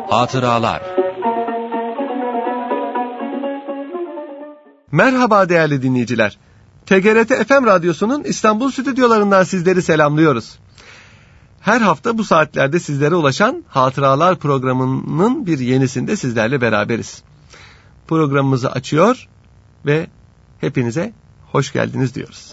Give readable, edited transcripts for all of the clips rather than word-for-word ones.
Hatıralar. Merhaba değerli dinleyiciler. TGRT FM Radyosu'nun İstanbul stüdyolarından sizleri selamlıyoruz. Her hafta bu saatlerde sizlere ulaşan Hatıralar programının bir yenisinde sizlerle beraberiz. Programımızı açıyor ve hepinize hoş geldiniz diyoruz.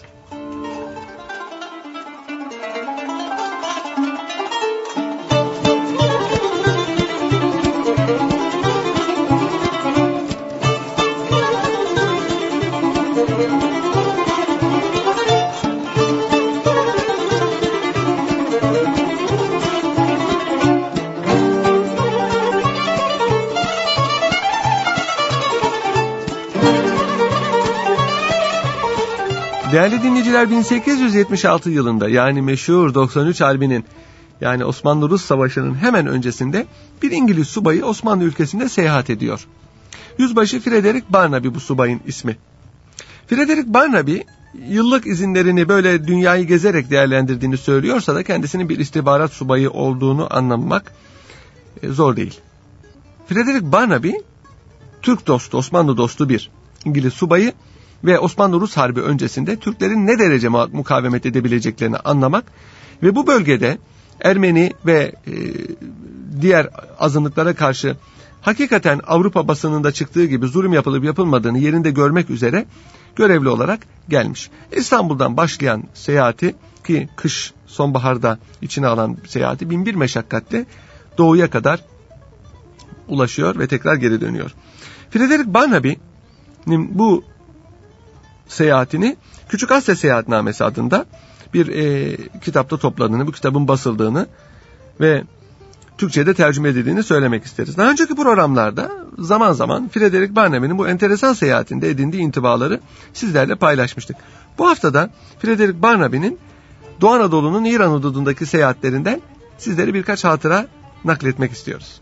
Değerli dinleyiciler, 1876 yılında yani meşhur 93 Harbi'nin yani Osmanlı-Rus Savaşı'nın hemen öncesinde bir İngiliz subayı Osmanlı ülkesinde seyahat ediyor. Yüzbaşı Frederick Barnaby bu subayın ismi. Frederick Barnaby yıllık izinlerini böyle dünyayı gezerek değerlendirdiğini söylüyorsa da kendisinin bir istihbarat subayı olduğunu anlamak zor değil. Frederick Barnaby Türk dostu, Osmanlı dostu bir İngiliz subayı ve Osmanlı-Rus Harbi öncesinde Türklerin ne derece mukavemet edebileceklerini anlamak ve bu bölgede Ermeni ve diğer azınlıklara karşı hakikaten Avrupa basınında çıktığı gibi zulüm yapılıp yapılmadığını yerinde görmek üzere görevli olarak gelmiş. İstanbul'dan başlayan seyahati, ki kış sonbaharda içine alan seyahati, binbir meşakkatle doğuya kadar ulaşıyor ve tekrar geri dönüyor. Frederick Barnaby'nin bu seyahatini Küçük Asya Seyahatnamesi adında bir kitapta topladığını, bu kitabın basıldığını ve Türkçe'de tercüme edildiğini söylemek isteriz. Daha önceki programlarda zaman zaman Frederick Barnaby'nin bu enteresan seyahatinde edindiği intibaları sizlerle paylaşmıştık. Bu haftada Frederick Barnaby'nin Doğu Anadolu'nun İran hududundaki seyahatlerinden sizlere birkaç hatıra nakletmek istiyoruz.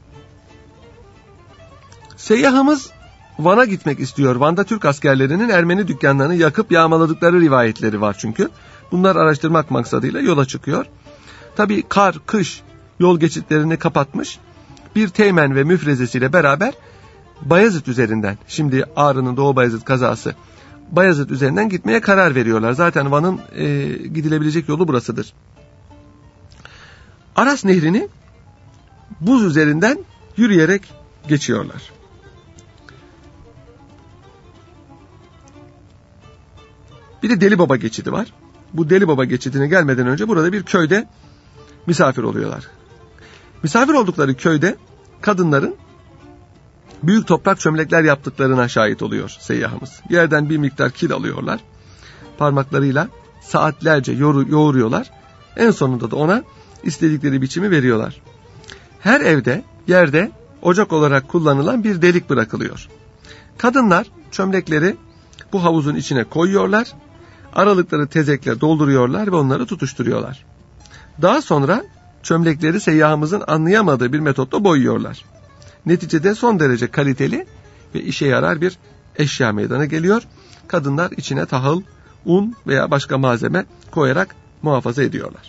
Seyyahımız Van'a gitmek istiyor. Van'da Türk askerlerinin Ermeni dükkanlarını yakıp yağmaladıkları rivayetleri var çünkü. Bunları araştırmak maksadıyla yola çıkıyor. Tabii kar, kış yol geçitlerini kapatmış. Bir teğmen ve müfrezesiyle beraber Bayezid üzerinden, şimdi Ağrı'nın Doğu Bayezid kazası, Bayezid üzerinden gitmeye karar veriyorlar. Zaten Van'ın gidilebilecek yolu burasıdır. Aras Nehri'ni buz üzerinden yürüyerek geçiyorlar. Bir de Delibaba geçidi var. Bu Delibaba geçidine gelmeden önce burada bir köyde misafir oluyorlar. Misafir oldukları köyde kadınların büyük toprak çömlekler yaptıklarına şahit oluyor seyyahımız. Yerden bir miktar kil alıyorlar. Parmaklarıyla saatlerce yoğuruyorlar. En sonunda da ona istedikleri biçimi veriyorlar. Her evde, yerde ocak olarak kullanılan bir delik bırakılıyor. Kadınlar çömlekleri bu havuzun içine koyuyorlar. Aralıkları tezekle dolduruyorlar ve onları tutuşturuyorlar. Daha sonra çömlekleri seyyahımızın anlayamadığı bir metotla boyuyorlar. Neticede son derece kaliteli ve işe yarar bir eşya meydana geliyor. Kadınlar içine tahıl, un veya başka malzeme koyarak muhafaza ediyorlar.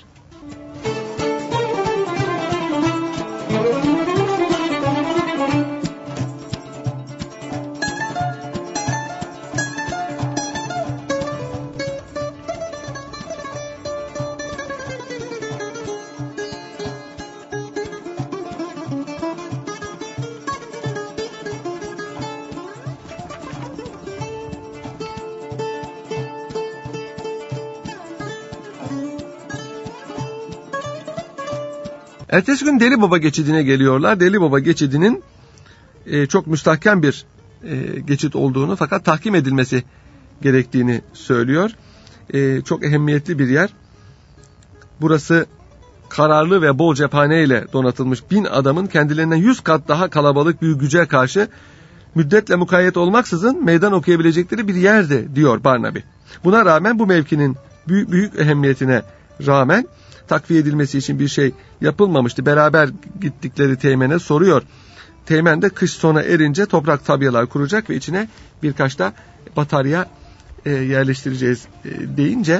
Ertesi gün Delibaba geçidine geliyorlar. Delibaba geçidinin çok müstahkem bir geçit olduğunu fakat tahkim edilmesi gerektiğini söylüyor. Çok ehemmiyetli bir yer. Burası kararlı ve bol cephaneyle donatılmış 1000 adamın kendilerinden 100 kat daha kalabalık bir güce karşı müddetle mukayyet olmaksızın meydan okuyabilecekleri bir yerde diyor Barnaby. Buna rağmen bu mevkinin büyük ehemmiyetine rağmen takviye edilmesi için bir şey yapılmamıştı. Beraber gittikleri teğmene soruyor. Teğmen de kış sona erince toprak tabyalar kuracak ve içine birkaç da batarya yerleştireceğiz deyince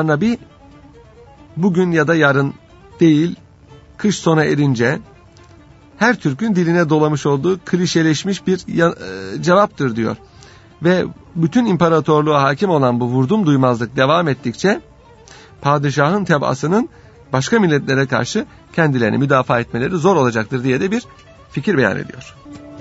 Barnaby bugün ya da yarın değil, kış sona erince her Türk'ün diline dolamış olduğu klişeleşmiş bir cevaptır diyor. Ve bütün imparatorluğa hakim olan bu vurdum duymazlık devam ettikçe padişahın tebaasının başka milletlere karşı kendilerini müdafaa etmeleri zor olacaktır diye de bir fikir beyan ediyor.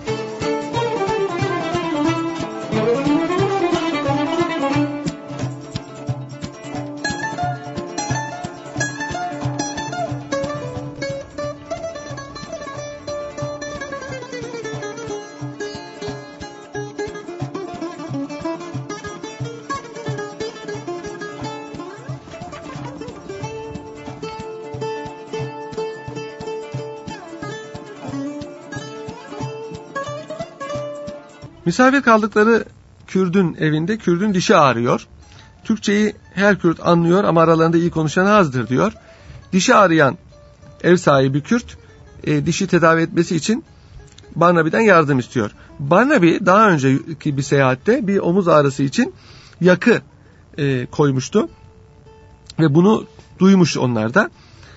Misafir kaldıkları Kürdün evinde Kürdün dişi ağrıyor. Türkçeyi her Kürt anlıyor ama aralarında iyi konuşan azdır diyor. Dişi ağrıyan ev sahibi Kürt dişi tedavi etmesi için Barnaby'den yardım istiyor. Barnaby daha önceki bir seyahatte bir omuz ağrısı için yakı koymuştu. Ve bunu duymuş onlar da.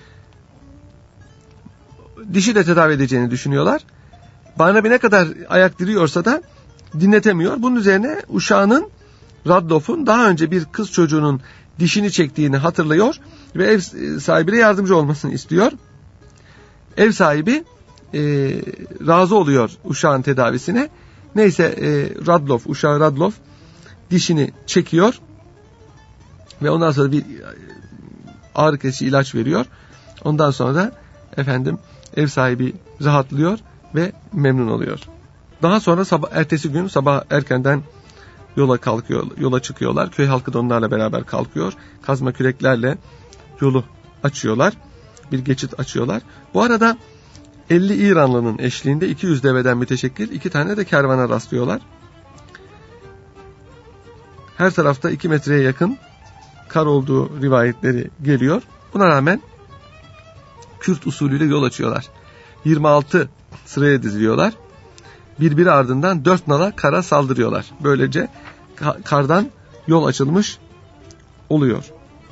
Dişi de tedavi edeceğini düşünüyorlar. Barnaby ne kadar ayak diriyorsa da dinletemiyor. Bunun üzerine uşağının Radloff'un daha önce bir kız çocuğunun dişini çektiğini hatırlıyor ve ev sahibine yardımcı olmasını istiyor. Ev sahibi razı oluyor uşağın tedavisine. Neyse uşağı Radloff dişini çekiyor ve ondan sonra bir ağrı kesici ilaç veriyor. Ondan sonra da ev sahibi rahatlıyor ve memnun oluyor. Daha sonra ertesi gün sabah erkenden yola çıkıyorlar. Köy halkı da onlarla beraber kalkıyor. Kazma küreklerle yolu açıyorlar. Bir geçit açıyorlar. Bu arada 50 İranlı'nın eşliğinde 200 deveden müteşekkil 2 tane de kervana rastlıyorlar. Her tarafta 2 metreye yakın kar olduğu rivayetleri geliyor. Buna rağmen Kürt usulüyle yol açıyorlar. 26 sıraya diziliyorlar. Birbiri ardından 4 nala kara saldırıyorlar. Böylece kardan yol açılmış oluyor.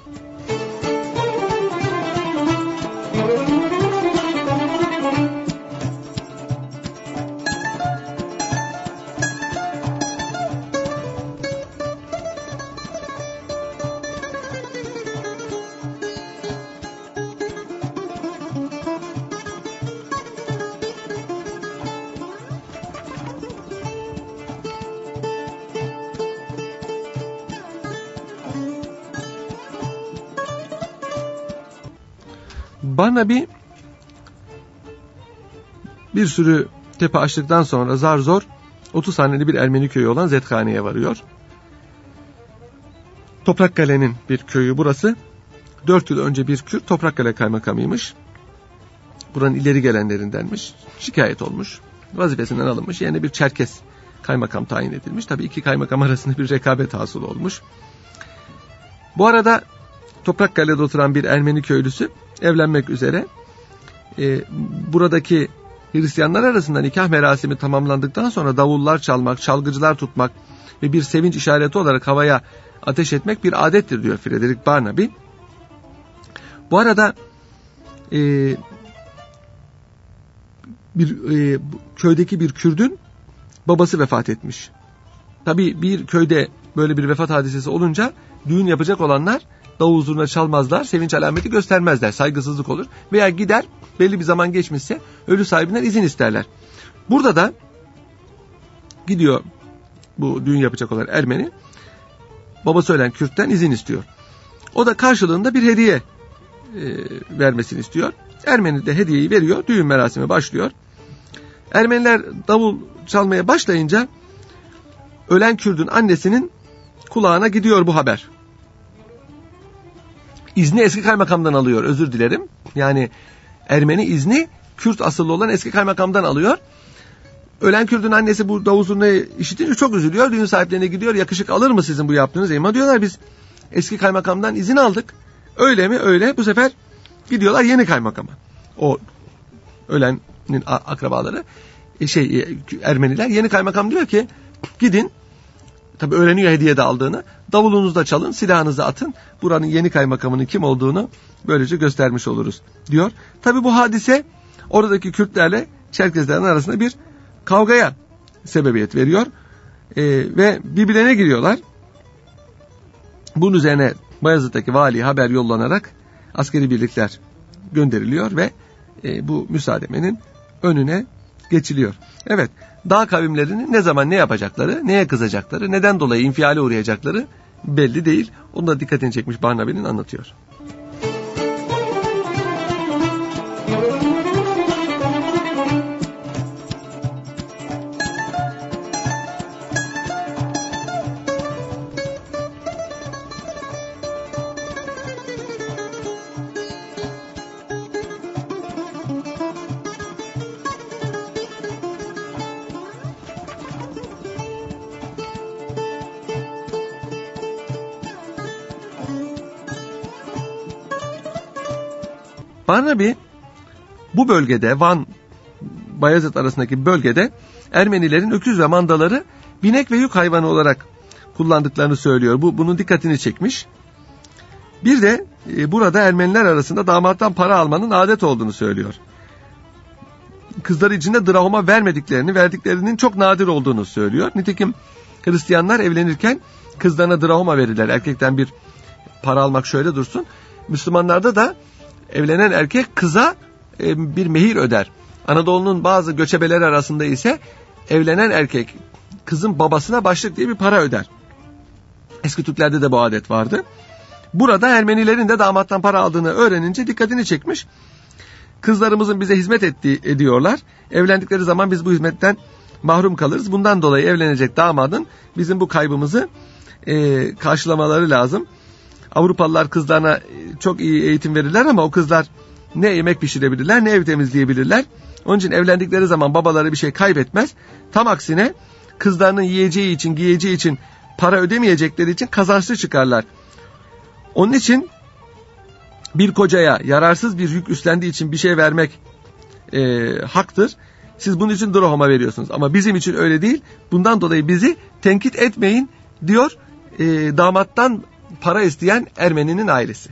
Barnaby bir sürü tepe açtıktan sonra zar zor 30 haneli bir Ermeni köyü olan Zethane'ye varıyor. Toprakkale'nin bir köyü burası. 4 yıl önce bir Kürt Toprakkale kaymakamıymış. Buranın ileri gelenlerindenmiş. Şikayet olmuş. Vazifesinden alınmış. Yerine bir Çerkes kaymakam tayin edilmiş. Tabii iki kaymakam arasında bir rekabet hasıl olmuş. Bu arada Toprakkale'de oturan bir Ermeni köylüsü evlenmek üzere. Buradaki Hristiyanlar arasında nikah merasimi tamamlandıktan sonra davullar çalmak, çalgıcılar tutmak ve bir sevinç işareti olarak havaya ateş etmek bir adettir diyor Frederick Barnaby. Bu arada köydeki bir Kürdün babası vefat etmiş. Tabii bir köyde böyle bir vefat hadisesi olunca düğün yapacak olanlar davul zurna çalmazlar, sevinç alameti göstermezler, saygısızlık olur. Veya gider, belli bir zaman geçmişse ölü sahibinden izin isterler. Burada da gidiyor bu düğün yapacak olan Ermeni, babası ölen Kürt'ten izin istiyor. O da karşılığında bir hediye vermesini istiyor. Ermeni de hediyeyi veriyor, düğün merasimi başlıyor. Ermeniler davul çalmaya başlayınca ölen Kürt'ün annesinin kulağına gidiyor bu haber. İzni eski kaymakamdan alıyor, özür dilerim. Yani Ermeni izni Kürt asıllı olan eski kaymakamdan alıyor. Ölen Kürt'ün annesi bu davul zurnayı işitince çok üzülüyor. Düğün sahiplerine gidiyor, yakışık alır mı sizin bu yaptığınız? Ama diyorlar biz eski kaymakamdan izin aldık. Öyle mi? Öyle. Bu sefer gidiyorlar yeni kaymakama. O ölenin akrabaları Ermeniler, yeni kaymakam diyor ki gidin, tabii öğreniyor hediye de aldığını, davulunuzu da çalın, silahınızı atın, buranın yeni kaymakamının kim olduğunu böylece göstermiş oluruz diyor. Tabii bu hadise oradaki Kürtlerle Çerkezlerin arasında bir kavgaya sebebiyet veriyor. Ve birbirlerine giriyorlar. Bunun üzerine Bayezid'deki valiye haber yollanarak askeri birlikler gönderiliyor ve bu müsaademenin önüne geçiliyor. Evet, dağ kavimlerinin ne zaman ne yapacakları, neye kızacakları, neden dolayı infiale uğrayacakları belli değil. Onu da dikkatini çekmiş Barnabi'nin anlatıyor. Barnabi bu bölgede, Van Bayezid arasındaki bölgede Ermenilerin öküz ve mandaları binek ve yük hayvanı olarak kullandıklarını söylüyor. Bunun dikkatini çekmiş. Bir de burada Ermeniler arasında damattan para almanın adet olduğunu söylüyor. Kızları içinde drahoma verdiklerinin çok nadir olduğunu söylüyor. Nitekim Hristiyanlar evlenirken kızlarına drahoma verirler. Erkekten bir para almak şöyle dursun. Müslümanlarda da evlenen erkek kıza bir mehir öder. Anadolu'nun bazı göçebeleri arasında ise evlenen erkek kızın babasına başlık diye bir para öder. Eski Türklerde de bu adet vardı. Burada Ermenilerin de damattan para aldığını öğrenince dikkatini çekmiş. Kızlarımızın bize hizmet ediyorlar. Evlendikleri zaman biz bu hizmetten mahrum kalırız. Bundan dolayı evlenecek damadın bizim bu kaybımızı karşılamaları lazım. Avrupalılar kızlarına çok iyi eğitim verirler ama o kızlar ne yemek pişirebilirler ne ev temizleyebilirler. Onun için evlendikleri zaman babaları bir şey kaybetmez. Tam aksine kızlarının yiyeceği için, giyeceği için para ödemeyecekleri için kazançlı çıkarlar. Onun için bir kocaya yararsız bir yük üstlendiği için bir şey vermek haktır. Siz bunun için drahoma veriyorsunuz ama bizim için öyle değil. Bundan dolayı bizi tenkit etmeyin diyor damattan para isteyen Ermeninin ailesi.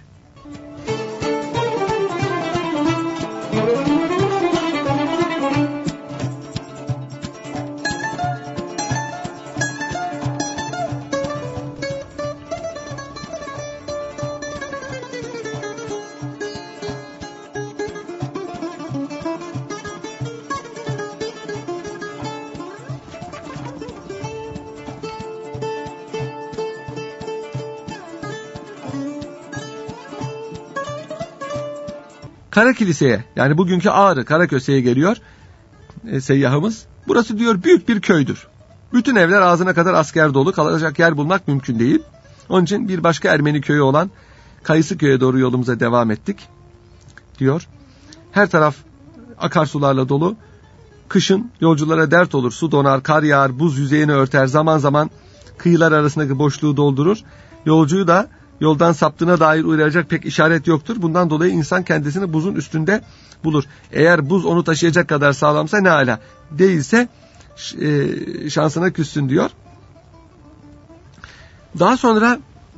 Karakilise'ye, yani bugünkü Ağrı Karaköse'ye geliyor seyyahımız. Burası diyor büyük bir köydür. Bütün evler ağzına kadar asker dolu, kalacak yer bulmak mümkün değil. Onun için bir başka Ermeni köyü olan Kayısıköy'e doğru yolumuza devam ettik diyor. Her taraf akarsularla dolu. Kışın yolculara dert olur. Su donar, kar yağar, buz yüzeyini örter. Zaman zaman kıyılar arasındaki boşluğu doldurur. Yolcuyu da yoldan saptığına dair uyaracak pek işaret yoktur. Bundan dolayı insan kendisini buzun üstünde bulur. Eğer buz onu taşıyacak kadar sağlamsa ne ala. Değilse şansına küssün diyor. Daha sonra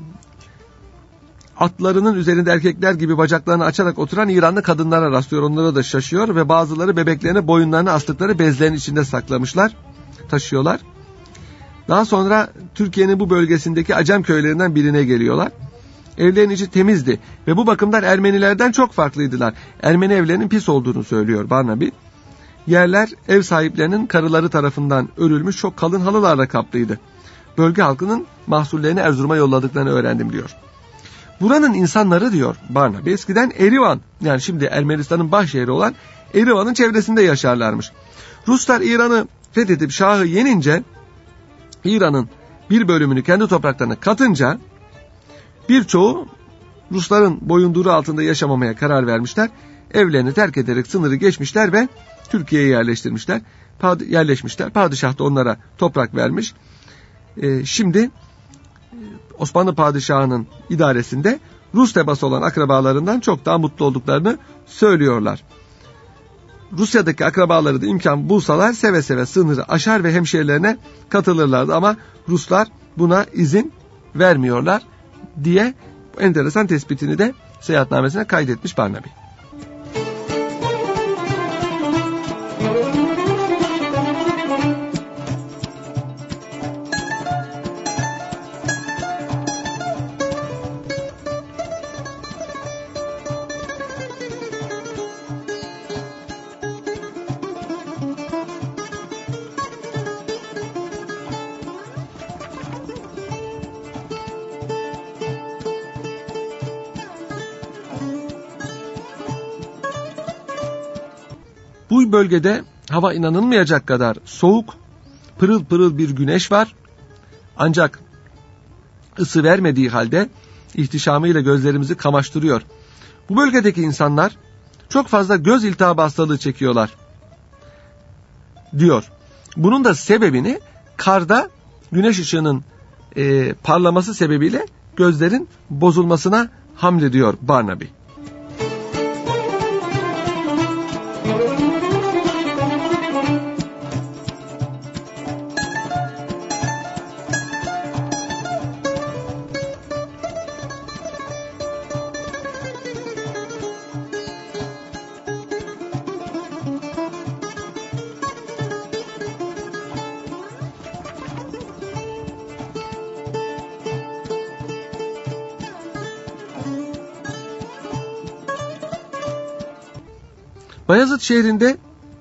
atlarının üzerinde erkekler gibi bacaklarını açarak oturan İranlı kadınlara rastlıyor. Onlara da şaşıyor ve bazıları bebeklerini boyunlarına astıkları bezlerin içinde saklamışlar, taşıyorlar. Daha sonra Türkiye'nin bu bölgesindeki Acem köylerinden birine geliyorlar. Evlerin içi temizdi ve bu bakımdan Ermenilerden çok farklıydılar. Ermeni evlerinin pis olduğunu söylüyor Barnabi. Yerler ev sahiplerinin karıları tarafından örülmüş çok kalın halılarla kaplıydı. Bölge halkının mahsullerini Erzurum'a yolladıklarını öğrendim diyor. Buranın insanları diyor Barnabi eskiden Erivan, yani şimdi Ermenistan'ın başşehri olan Erivan'ın çevresinde yaşarlarmış. Ruslar İran'ı fethedip Şah'ı yenince İran'ın bir bölümünü kendi topraklarına katınca birçoğu Rusların boyunduruğu altında yaşamamaya karar vermişler. Evlerini terk ederek sınırı geçmişler ve Türkiye'ye yerleşmişler. Padişah da onlara toprak vermiş. Şimdi Osmanlı padişahının idaresinde Rus tebası olan akrabalarından çok daha mutlu olduklarını söylüyorlar. Rusya'daki akrabaları da imkan bulsalar seve seve sınırı aşar ve hemşehrilerine katılırlardı ama Ruslar buna izin vermiyorlar diye enteresan tespitini de seyahatnamesine kaydetmiş Barnabi. Bu bölgede hava inanılmayacak kadar soğuk, pırıl pırıl bir güneş var. Ancak ısı vermediği halde ihtişamıyla gözlerimizi kamaştırıyor. Bu bölgedeki insanlar çok fazla göz iltihabı hastalığı çekiyorlar diyor. Bunun da sebebini karda güneş ışığının parlaması sebebiyle gözlerin bozulmasına hamlediyor Barnaby. Bayezid şehrinde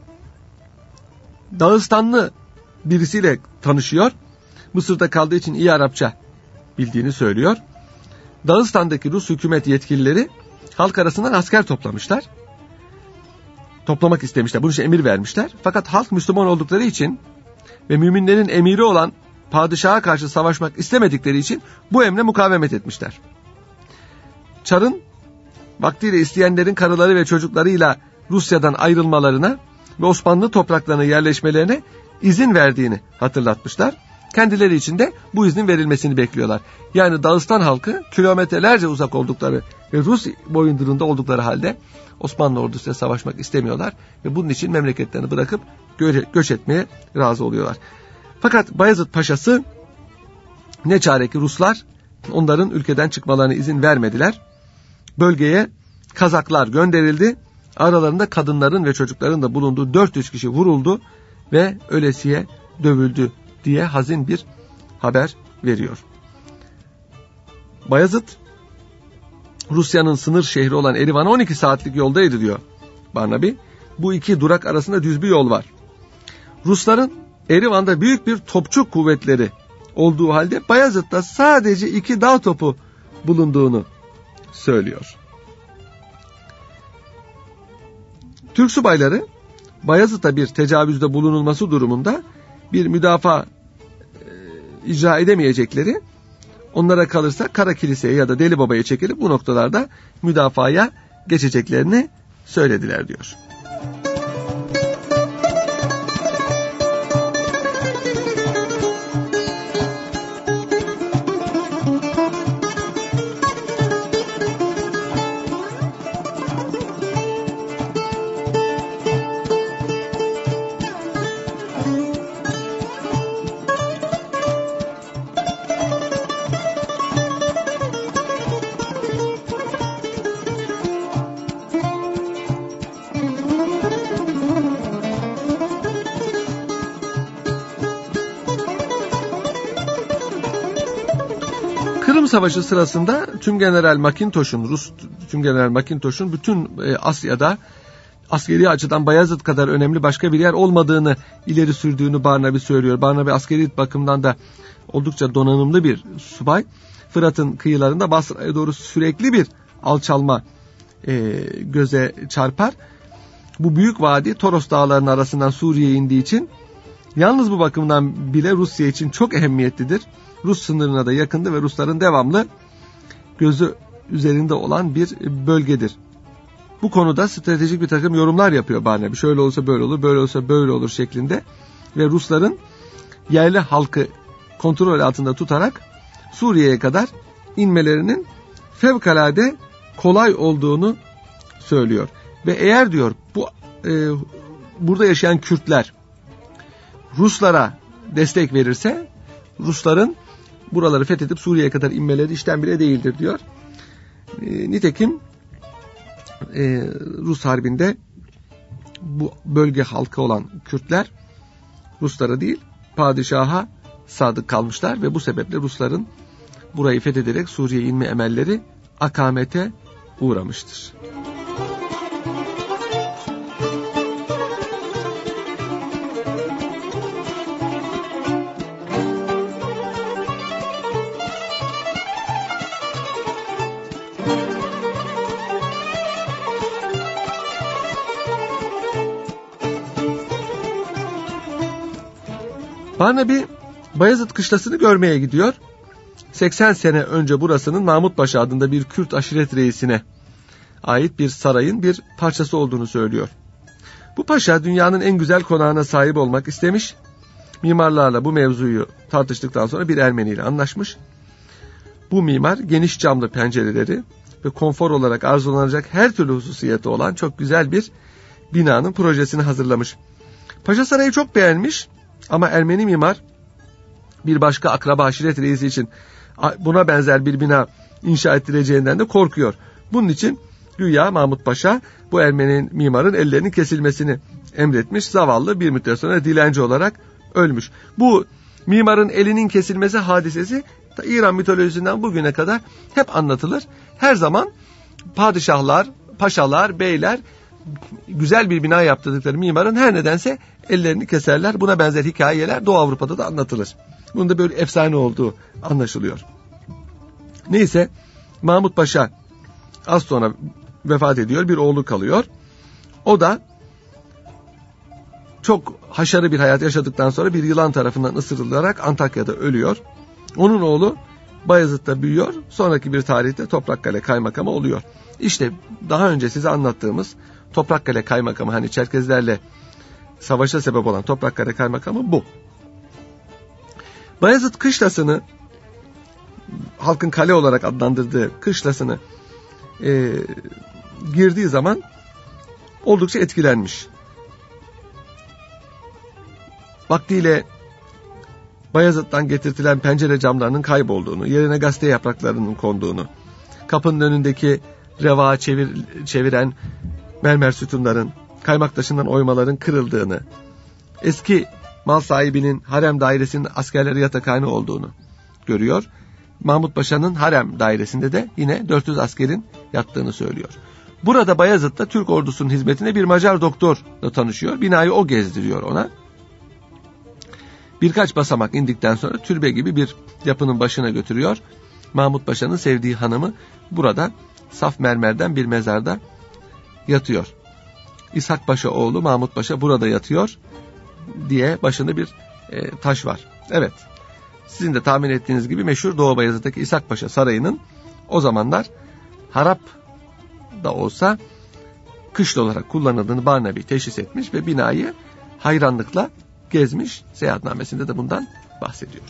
Dağıstanlı birisiyle tanışıyor. Mısır'da kaldığı için iyi Arapça bildiğini söylüyor. Dağıstan'daki Rus hükümet yetkilileri halk arasından asker toplamışlar. Toplamak istemişler. Bunun için emir vermişler. Fakat halk Müslüman oldukları için ve müminlerin emiri olan padişaha karşı savaşmak istemedikleri için bu emre mukavemet etmişler. Çar'ın vaktiyle isteyenlerin karıları ve çocuklarıyla Rusya'dan ayrılmalarına ve Osmanlı topraklarına yerleşmelerine izin verdiğini hatırlatmışlar. Kendileri için de bu iznin verilmesini bekliyorlar. Yani Dağıstan halkı kilometrelerce uzak oldukları ve Rus boyundurunda oldukları halde Osmanlı ordusuyla savaşmak istemiyorlar ve bunun için memleketlerini bırakıp göç etmeye razı oluyorlar. Fakat Bayezid Paşası ne çare ki Ruslar onların ülkeden çıkmalarına izin vermediler. Bölgeye Kazaklar gönderildi. Aralarında kadınların ve çocukların da bulunduğu 400 kişi vuruldu ve ölesiye dövüldü diye hazin bir haber veriyor. Bayezid Rusya'nın sınır şehri olan Erivan'a 12 saatlik yoldaydı diyor Barnaby. Bu iki durak arasında düz bir yol var. Rusların Erivan'da büyük bir topçu kuvvetleri olduğu halde Bayezid'de sadece 2 dağ topu bulunduğunu söylüyor. Türk subayları Bayezid'e bir tecavüzde bulunulması durumunda bir müdafaa icra edemeyecekleri, onlara kalırsa Kara Kilise'ye ya da Deli Baba'ya çekilip bu noktalarda müdafaya geçeceklerini söylediler diyor. Kırım Savaşı sırasında Rus Tümgeneral Macintosh'un bütün Asya'da askeri açıdan Bayezid kadar önemli başka bir yer olmadığını ileri sürdüğünü Barnaby söylüyor. Barnaby askeri bakımdan da oldukça donanımlı bir subay. Fırat'ın kıyılarında Basra'ya doğru sürekli bir alçalma göze çarpar. Bu büyük vadi Toros dağlarının arasından Suriye'ye indiği için yalnız bu bakımdan bile Rusya için çok ehemmiyetlidir. Rus sınırına da yakındı ve Rusların devamlı gözü üzerinde olan bir bölgedir. Bu konuda stratejik bir takım yorumlar yapıyor Barnaby. Şöyle olsa böyle olur, böyle olsa böyle olur şeklinde. Ve Rusların yerli halkı kontrol altında tutarak Suriye'ye kadar inmelerinin fevkalade kolay olduğunu söylüyor. Ve eğer diyor burada yaşayan Kürtler Ruslara destek verirse Rusların buraları fethedip Suriye'ye kadar inmeleri işten bile değildir diyor. Nitekim Rus Harbi'nde bu bölge halkı olan Kürtler Ruslara değil padişaha sadık kalmışlar ve bu sebeple Rusların burayı fethederek Suriye'ye inme emelleri akamete uğramıştır. Barnaby Bayezid Kışlası'nı görmeye gidiyor. 80 sene önce burasının Mahmut Paşa adında bir Kürt aşiret reisine ait bir sarayın bir parçası olduğunu söylüyor. Bu paşa dünyanın en güzel konağına sahip olmak istemiş. Mimarlarla bu mevzuyu tartıştıktan sonra bir Ermeni ile anlaşmış. Bu mimar geniş camlı pencereleri ve konfor olarak arzulanacak her türlü hususiyeti olan çok güzel bir binanın projesini hazırlamış. Paşa sarayı çok beğenmiş ama Ermeni mimar bir başka akraba aşiret reisi için buna benzer bir bina inşa ettireceğinden de korkuyor. Bunun için güya Mahmut Paşa bu Ermeni mimarın ellerinin kesilmesini emretmiş. Zavallı bir müddet sonra dilenci olarak ölmüş. Bu mimarın elinin kesilmesi hadisesi İran mitolojisinden bugüne kadar hep anlatılır. Her zaman padişahlar, paşalar, beyler güzel bir bina yaptırdıkları mimarın her nedense ellerini keserler. Buna benzer hikayeler Doğu Avrupa'da da anlatılır. Bunun da böyle efsane olduğu anlaşılıyor. Neyse Mahmut Paşa az sonra vefat ediyor. Bir oğlu kalıyor. O da çok haşarı bir hayat yaşadıktan sonra bir yılan tarafından ısırılarak Antakya'da ölüyor. Onun oğlu Bayezid'de büyüyor. Sonraki bir tarihte Toprakkale Kaymakamı oluyor. İşte daha önce size anlattığımız Toprakkale Kaymakamı, hani Çerkezlerle savaşa sebep olan Toprakkale Kaymakamı bu. Bayezid Kışlası'nı, halkın kale olarak adlandırdığı kışlasını girdiği zaman oldukça etkilenmiş. Vaktiyle Bayezid'den getirtilen pencere camlarının kaybolduğunu, yerine gazete yapraklarının konduğunu, kapının önündeki revağı çeviren mermer sütunların, kaymak taşından oymaların kırıldığını, eski mal sahibinin harem dairesinin askerleri yatakhane olduğunu görüyor. Mahmut Paşa'nın harem dairesinde de yine 400 askerin yattığını söylüyor. Burada Bayezid'de Türk ordusunun hizmetine bir Macar doktorla tanışıyor. Binayı o gezdiriyor ona. Birkaç basamak indikten sonra türbe gibi bir yapının başına götürüyor. Mahmut Paşa'nın sevdiği hanımı burada saf mermerden bir mezarda yatıyor. İshak Paşa oğlu Mahmut Paşa burada yatıyor diye başında bir taş var. Evet, sizin de tahmin ettiğiniz gibi meşhur Doğu Bayezid'deki İshak Paşa Sarayı'nın o zamanlar harap da olsa kışla olarak kullanıldığını Barnaby teşhis etmiş ve binayı hayranlıkla gezmiş. Seyahatnamesinde de bundan bahsediyor.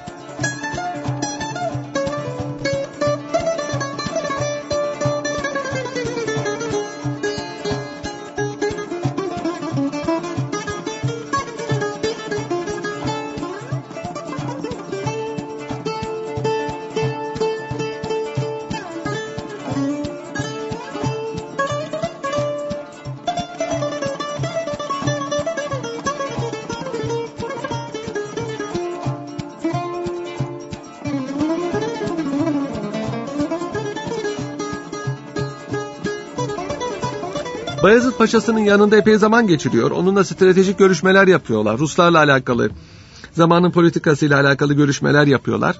Bayezid Paşa'sının yanında epey zaman geçiriyor. Onunla stratejik görüşmeler yapıyorlar. Ruslarla alakalı, zamanın politikasıyla alakalı görüşmeler yapıyorlar.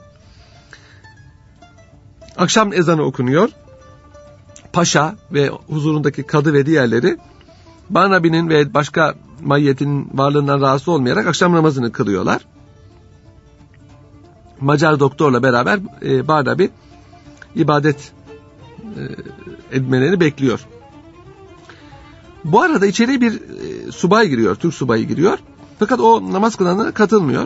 Akşam ezanı okunuyor. Paşa ve huzurundaki kadı ve diğerleri Barnaby'nin ve başka maiyetinin varlığından rahatsız olmayarak akşam namazını kılıyorlar. Macar doktorla beraber Barnaby ibadet etmelerini bekliyor. Bu arada içeriye bir subay giriyor, Türk subayı giriyor. Fakat o namaz kılanlara katılmıyor.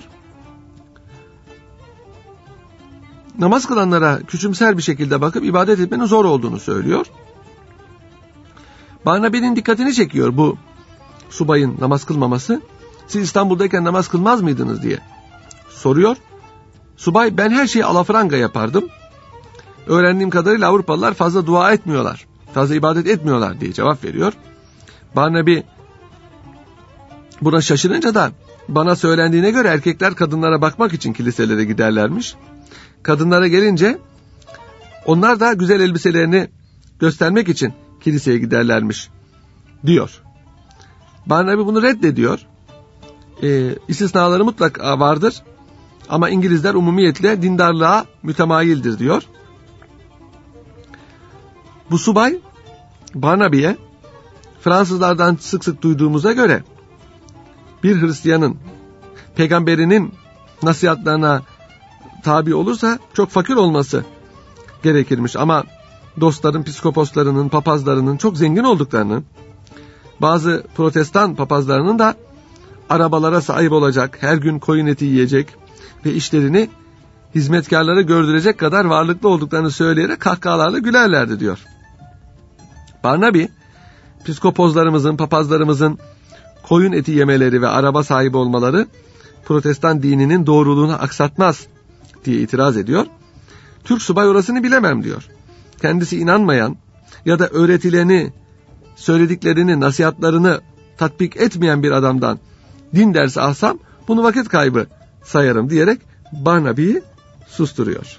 Namaz kılanlara küçümser bir şekilde bakıp ibadet etmenin zor olduğunu söylüyor. Barnaby'nin dikkatini çekiyor bu subayın namaz kılmaması. Siz İstanbul'dayken namaz kılmaz mıydınız diye soruyor. Subay, ben her şeyi alafranga yapardım. Öğrendiğim kadarıyla Avrupalılar fazla dua etmiyorlar, fazla ibadet etmiyorlar diye cevap veriyor. Barnaby buna şaşırınca da bana söylendiğine göre erkekler kadınlara bakmak için kiliselere giderlermiş. Kadınlara gelince onlar da güzel elbiselerini göstermek için kiliseye giderlermiş diyor. Barnaby bunu reddediyor. İstisnaları mutlaka vardır ama İngilizler umumiyetle dindarlığa mütemayildir diyor. Bu subay Barnaby'ye Fransızlardan sık sık duyduğumuza göre bir Hristiyanın peygamberinin nasihatlerine tabi olursa çok fakir olması gerekirmiş. Ama dostların, psikoposlarının, papazlarının çok zengin olduklarını, bazı protestan papazlarının da arabalara sahip olacak, her gün koyun eti yiyecek ve işlerini hizmetkarlara gördürecek kadar varlıklı olduklarını söyleyerek kahkahalarla gülerlerdi diyor. Barnaby, psikopozlarımızın, papazlarımızın koyun eti yemeleri ve araba sahibi olmaları protestan dininin doğruluğunu aksatmaz diye itiraz ediyor. Türk subay orasını bilemem diyor. Kendisi inanmayan ya da öğretilerini, söylediklerini, nasihatlarını tatbik etmeyen bir adamdan din dersi alsam bunu vakit kaybı sayarım diyerek Barnaby'yi susturuyor.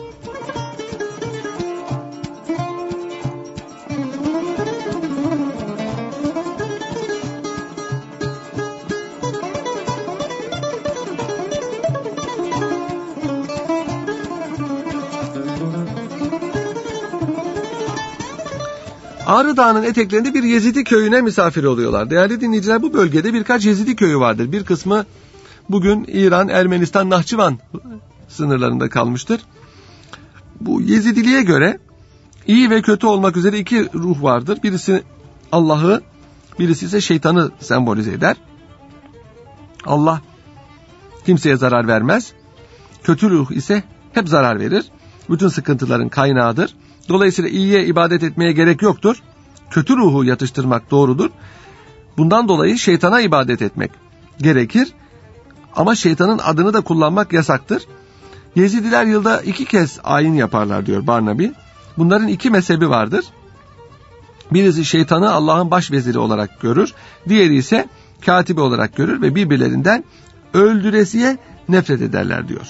Ağrı Dağı'nın eteklerinde bir Yezidi köyüne misafir oluyorlar. Değerli dinleyiciler, bu bölgede birkaç Yezidi köyü vardır. Bir kısmı bugün İran, Ermenistan, Nahçıvan sınırlarında kalmıştır. Bu Yezidiliğe göre iyi ve kötü olmak üzere iki ruh vardır. Birisi Allah'ı, birisi ise şeytanı sembolize eder. Allah kimseye zarar vermez. Kötü ruh ise hep zarar verir. Bütün sıkıntıların kaynağıdır. Dolayısıyla iyiye ibadet etmeye gerek yoktur. Kötü ruhu yatıştırmak doğrudur. Bundan dolayı şeytana ibadet etmek gerekir. Ama şeytanın adını da kullanmak yasaktır. Yezidiler yılda 2 kez ayin yaparlar diyor Barnaby. Bunların 2 mezhebi vardır. Birisi şeytanı Allah'ın başveziri olarak görür. Diğeri ise katibi olarak görür ve birbirlerinden öldüresiye nefret ederler diyor.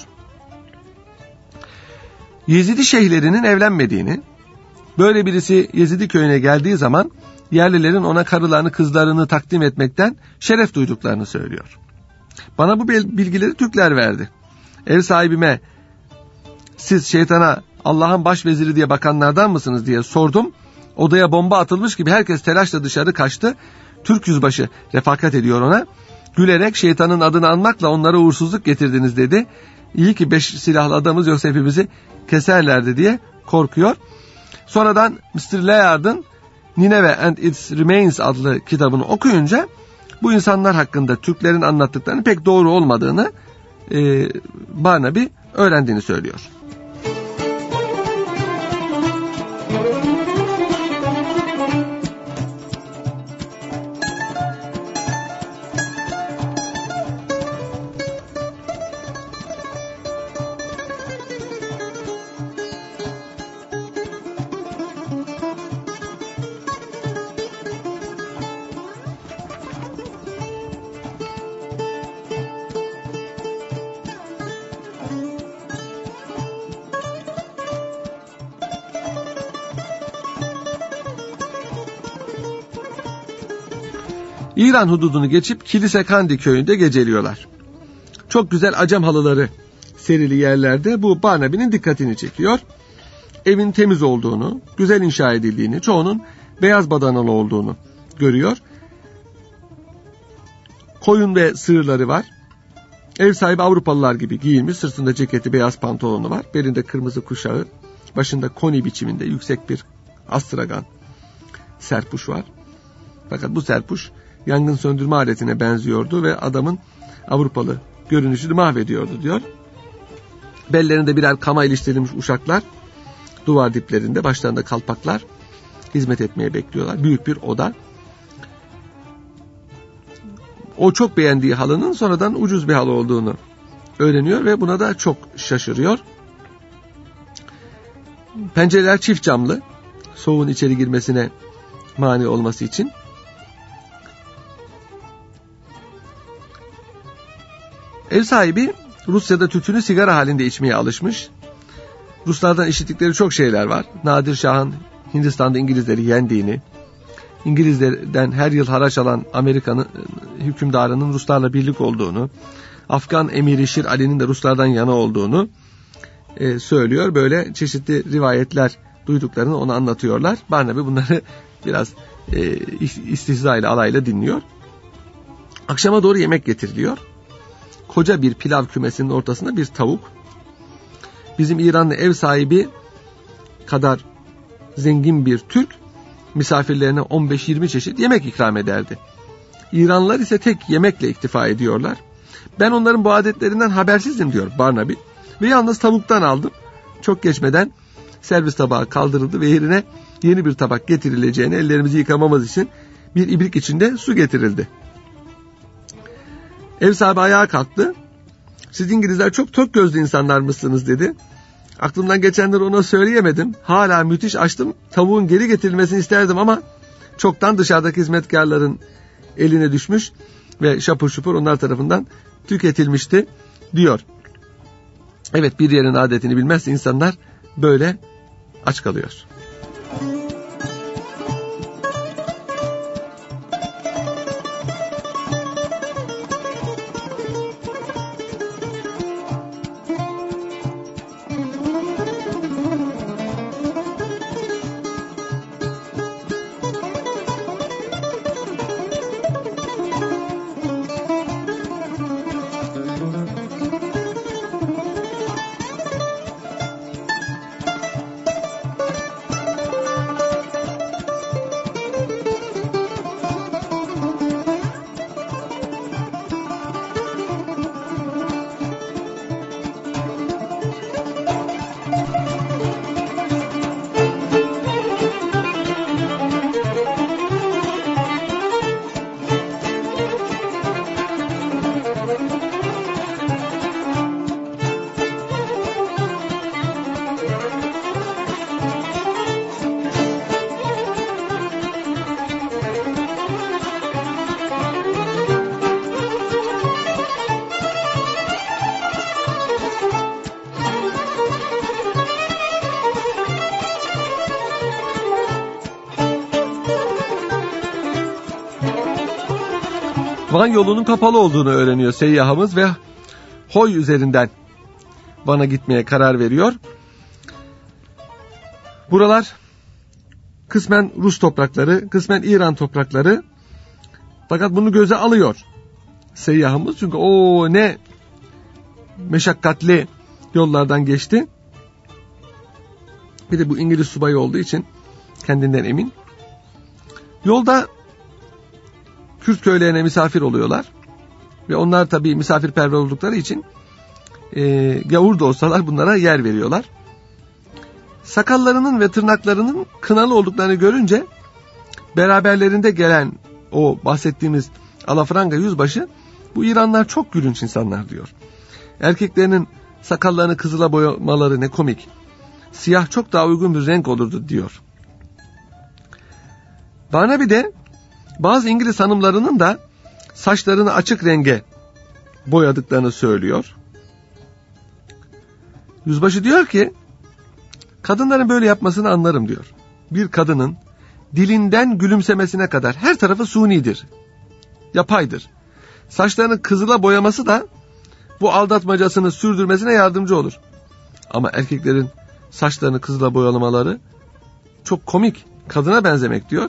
Yezidi şeyhlerinin evlenmediğini, böyle birisi Yezidi köyüne geldiği zaman yerlilerin ona karılarını, kızlarını takdim etmekten şeref duyduklarını söylüyor. Bana bu bilgileri Türkler verdi. Ev sahibime siz şeytana Allah'ın başveziri diye bakanlardan mısınız diye sordum. Odaya bomba atılmış gibi herkes telaşla dışarı kaçtı. Türk yüzbaşı refakat ediyor ona. Gülerek şeytanın adını anmakla onlara uğursuzluk getirdiniz dedi. İyi ki 5 silahlı adamız yoksa hepimizi keserlerdi diye korkuyor. Sonradan Mr. Layard'ın Nineveh and Its Remains adlı kitabını okuyunca bu insanlar hakkında Türklerin anlattıklarının pek doğru olmadığını Barnaby öğrendiğini söylüyor. İran hududunu geçip Kilisekandi köyünde geceliyorlar. Çok güzel acem halıları serili yerlerde bu Barnaby'nin dikkatini çekiyor. Evin temiz olduğunu, güzel inşa edildiğini, çoğunun beyaz badanalı olduğunu görüyor. Koyun ve sığırları var. Ev sahibi Avrupalılar gibi giyinmiş, sırtında ceketi, beyaz pantolonu var. Belinde kırmızı kuşağı, başında koni biçiminde yüksek bir astragan serpuş var. Fakat bu serpuş yangın söndürme aletine benziyordu ve adamın Avrupalı görünüşünü mahvediyordu diyor. Bellerinde birer kama iliştirilmiş uşaklar, duvar diplerinde başlarında kalpaklar hizmet etmeye bekliyorlar. Büyük bir oda. O çok beğendiği halının sonradan ucuz bir halı olduğunu öğreniyor ve buna da çok şaşırıyor. Pencereler çift camlı, soğuğun içeri girmesine mani olması için. Ev sahibi Rusya'da tütünü sigara halinde içmeye alışmış. Ruslardan işittikleri çok şeyler var. Nadir Şah'ın Hindistan'da İngilizleri yendiğini, İngilizlerden her yıl haraç alan Amerika'nın hükümdarının Ruslarla birlik olduğunu, Afgan emiri Şir Ali'nin de Ruslardan yana olduğunu söylüyor. Böyle çeşitli rivayetler duyduklarını ona anlatıyorlar. Barnaby bunları biraz istihza ile, alayla dinliyor. Akşama doğru yemek getiriliyor. koca bir pilav kümesinin ortasında bir tavuk. Bizim İranlı ev sahibi kadar zengin bir Türk misafirlerine 15-20 çeşit yemek ikram ederdi. İranlılar ise tek yemekle iktifa ediyorlar. Ben onların bu adetlerinden habersizdim diyor Barnaby ve yalnız tavuktan aldım. Çok geçmeden servis tabağı kaldırıldı ve yerine yeni bir tabak getirileceğine ellerimizi yıkamamız için bir ibrik içinde su getirildi. Ev sahibi ayağa kalktı. Siz İngilizler çok tok gözlü insanlar mısınız dedi. Aklımdan geçenleri ona söyleyemedim. Hala müthiş açtım. Tavuğun geri getirilmesini isterdim ama çoktan dışarıdaki hizmetkarların eline düşmüş ve şapur şupur onlar tarafından tüketilmişti diyor. Evet, bir yerin adetini bilmezse insanlar böyle aç kalıyor. Van yolunun kapalı olduğunu öğreniyor seyyahımız ve Hoy üzerinden Van'a gitmeye karar veriyor. Buralar kısmen Rus toprakları, kısmen İran toprakları. Fakat bunu göze alıyor seyyahımız. Çünkü o ne meşakkatli yollardan geçti. Bir de bu İngiliz subayı olduğu için kendinden emin. Yolda Kürt köylerine misafir oluyorlar. Ve onlar tabii misafirperver oldukları için gavur da olsalar bunlara yer veriyorlar. Sakallarının ve tırnaklarının kınalı olduklarını görünce beraberlerinde gelen o bahsettiğimiz alafranga yüzbaşı, bu İranlılar çok gülünç insanlar diyor. Erkeklerinin sakallarını kızıla boyamaları ne komik. Siyah çok daha uygun bir renk olurdu diyor. Barnaby de bazı İngiliz hanımlarının da saçlarını açık renge boyadıklarını söylüyor. Yüzbaşı diyor ki, kadınların böyle yapmasını anlarım diyor. Bir kadının dilinden gülümsemesine kadar her tarafı sunidir, yapaydır. Saçlarını kızıla boyaması da bu aldatmacasını sürdürmesine yardımcı olur. Ama erkeklerin saçlarını kızıla boyalamaları çok komik, kadına benzemek diyor.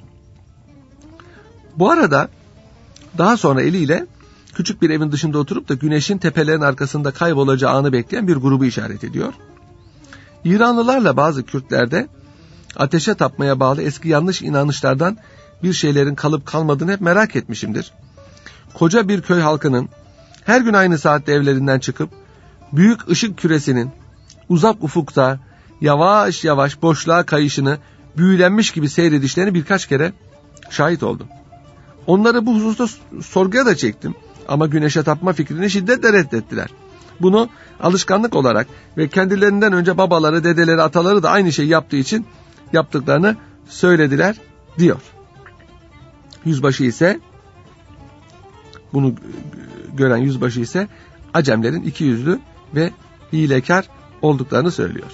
Bu arada daha sonra eliyle küçük bir evin dışında oturup da güneşin tepelerin arkasında kaybolacağı anı bekleyen bir grubu işaret ediyor. İranlılarla bazı Kürtlerde ateşe tapmaya bağlı eski yanlış inanışlardan bir şeylerin kalıp kalmadığını hep merak etmişimdir. Koca bir köy halkının her gün aynı saatte evlerinden çıkıp büyük ışık küresinin uzak ufukta yavaş yavaş boşluğa kayışını büyülenmiş gibi seyredişlerini birkaç kere şahit oldum. Onları bu hususta sorguya da çektim ama güneşe tapma fikrini şiddetle reddettiler. Bunu alışkanlık olarak ve kendilerinden önce babaları, dedeleri, ataları da aynı şeyi yaptığı için yaptıklarını söylediler diyor. Yüzbaşı ise, bunu gören yüzbaşı ise Acemlerin ikiyüzlü ve hilekar olduklarını söylüyor.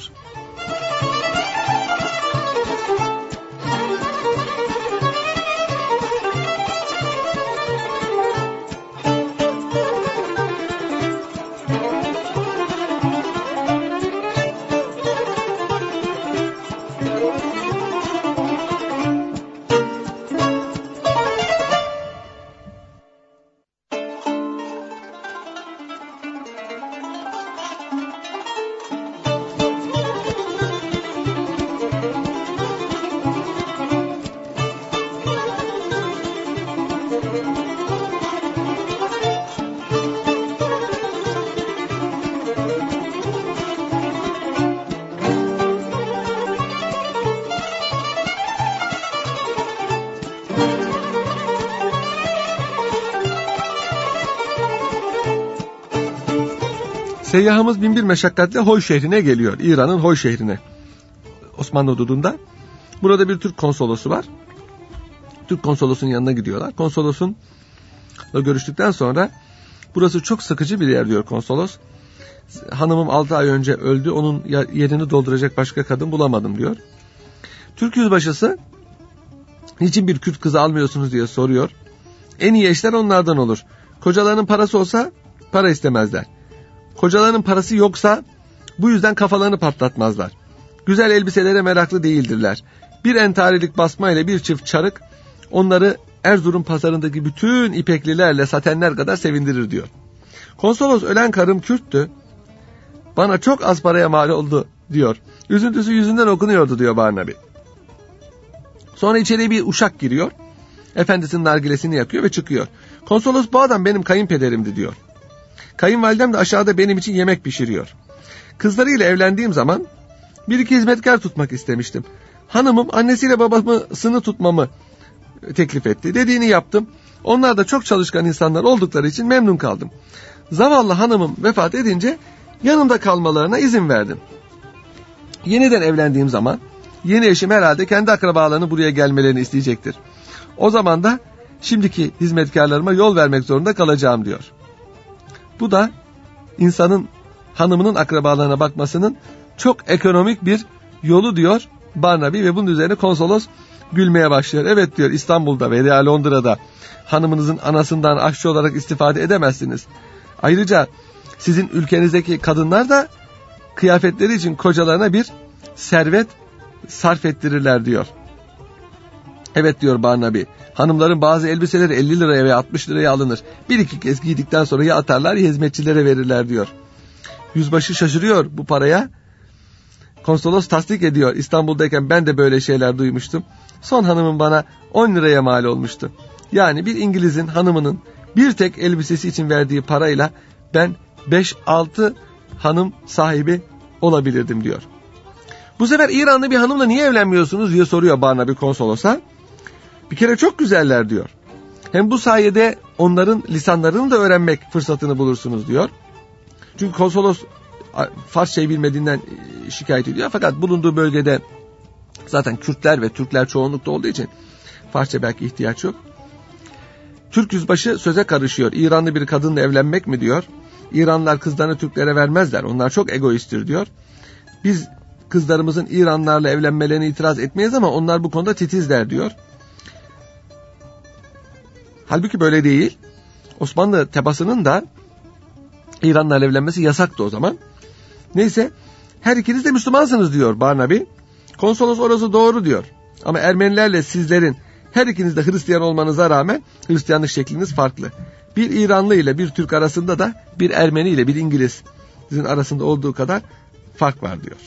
Seyyahımız binbir meşakkatle Hoy şehrine geliyor. İran'ın Hoy şehrine. Osmanlı hududunda. Burada bir Türk konsolosu var. Türk konsolosunun yanına gidiyorlar. Konsolosunla görüştükten sonra burası çok sıkıcı bir yer diyor konsolos. Hanımım 6 ay önce öldü. Onun yerini dolduracak başka kadın bulamadım diyor. Türk yüzbaşısı niçin bir Kürt kızı almıyorsunuz diye soruyor. En iyi eşler onlardan olur. Kocalarının parası olsa para istemezler. Kocalarının parası yoksa bu yüzden kafalarını patlatmazlar. Güzel elbiselere meraklı değildirler. Bir entarilik basma ile bir çift çarık onları Erzurum pazarındaki bütün ipeklilerle satenler kadar sevindirir diyor. Konsolos ölen karım Kürttü. Bana çok az paraya mal oldu diyor. Üzüntüsü yüzünden okunuyordu diyor Barnaby. Sonra içeriye bir uşak giriyor. Efendisinin nargilesini yakıyor ve çıkıyor. Konsolos bu adam benim kayınpederimdi diyor. Kayınvalidem de aşağıda benim için yemek pişiriyor. Kızlarıyla evlendiğim zaman bir iki hizmetkar tutmak istemiştim. Hanımım annesiyle babamı tutmamı teklif etti. Dediğini yaptım. Onlar da çok çalışkan insanlar oldukları için memnun kaldım. Zavallı hanımım vefat edince yanımda kalmalarına izin verdim. Yeniden evlendiğim zaman yeni eşim herhalde kendi akrabalarını buraya gelmelerini isteyecektir. O zaman da şimdiki hizmetkarlarıma yol vermek zorunda kalacağım diyor. Bu da insanın hanımının akrabalarına bakmasının çok ekonomik bir yolu diyor Barnaby ve bunun üzerine konsolos gülmeye başlıyor. Evet diyor, İstanbul'da veya Londra'da hanımınızın anasından aşçı olarak istifade edemezsiniz. Ayrıca sizin ülkenizdeki kadınlar da kıyafetleri için kocalarına bir servet sarf ettirirler diyor. Evet diyor Barnaby. Hanımların bazı elbiseleri 50 liraya veya 60 liraya alınır. Bir iki kez giydikten sonra ya atarlar ya hizmetçilere verirler diyor. Yüzbaşı şaşırıyor bu paraya. Konsolos tasdik ediyor. İstanbul'dayken ben de böyle şeyler duymuştum. Son hanımım bana 10 liraya mal olmuştu. Yani bir İngiliz'in hanımının bir tek elbisesi için verdiği parayla ben 5-6 hanım sahibi olabilirdim diyor. Bu sefer İranlı bir hanımla niye evlenmiyorsunuz diye soruyor Barnaby konsolosa. Bir kere çok güzeller diyor. Hem bu sayede onların lisanlarını da öğrenmek fırsatını bulursunuz diyor. Çünkü konsolos Farsçayı bilmediğinden şikayet ediyor. Fakat bulunduğu bölgede zaten Kürtler ve Türkler çoğunlukta olduğu için Farsça belki ihtiyaç yok. Türk yüzbaşı söze karışıyor. İranlı bir kadınla evlenmek mi diyor. İranlılar kızlarını Türklere vermezler. Onlar çok egoisttir diyor. Biz kızlarımızın İranlılarla evlenmelerine itiraz etmeyiz ama onlar bu konuda titizler diyor. Halbuki böyle değil. Osmanlı tebaasının da İranlılarla evlenmesi yasaktı o zaman. Neyse, her ikiniz de Müslümansınız diyor Barnaby. Konsolos orası doğru diyor. Ama Ermenilerle sizlerin her ikiniz de Hristiyan olmanıza rağmen Hristiyanlık şekliniz farklı. Bir İranlı ile bir Türk arasında da bir Ermeni ile bir İngiliz'in arasında olduğu kadar fark var diyor.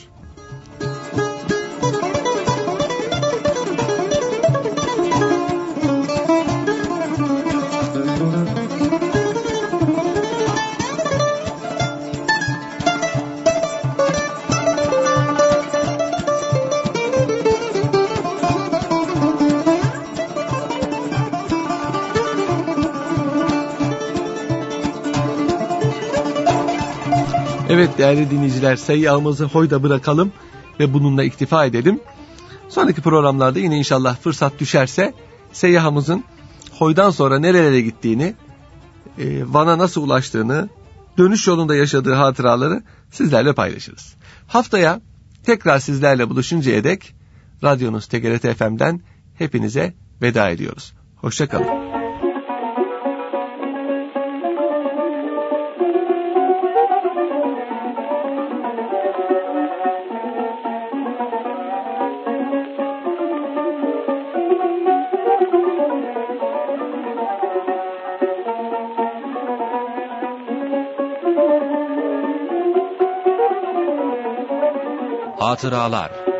Evet değerli dinleyiciler, seyyahımızı hoyda bırakalım ve bununla iktifa edelim. Sonraki programlarda yine inşallah fırsat düşerse seyyahımızın hoydan sonra nerelere gittiğini, Van'a nasıl ulaştığını, dönüş yolunda yaşadığı hatıraları sizlerle paylaşırız. Haftaya tekrar sizlerle buluşuncaya dek radyonuz TGRT FM'den hepinize veda ediyoruz. Hoşça kalın. Hatıralar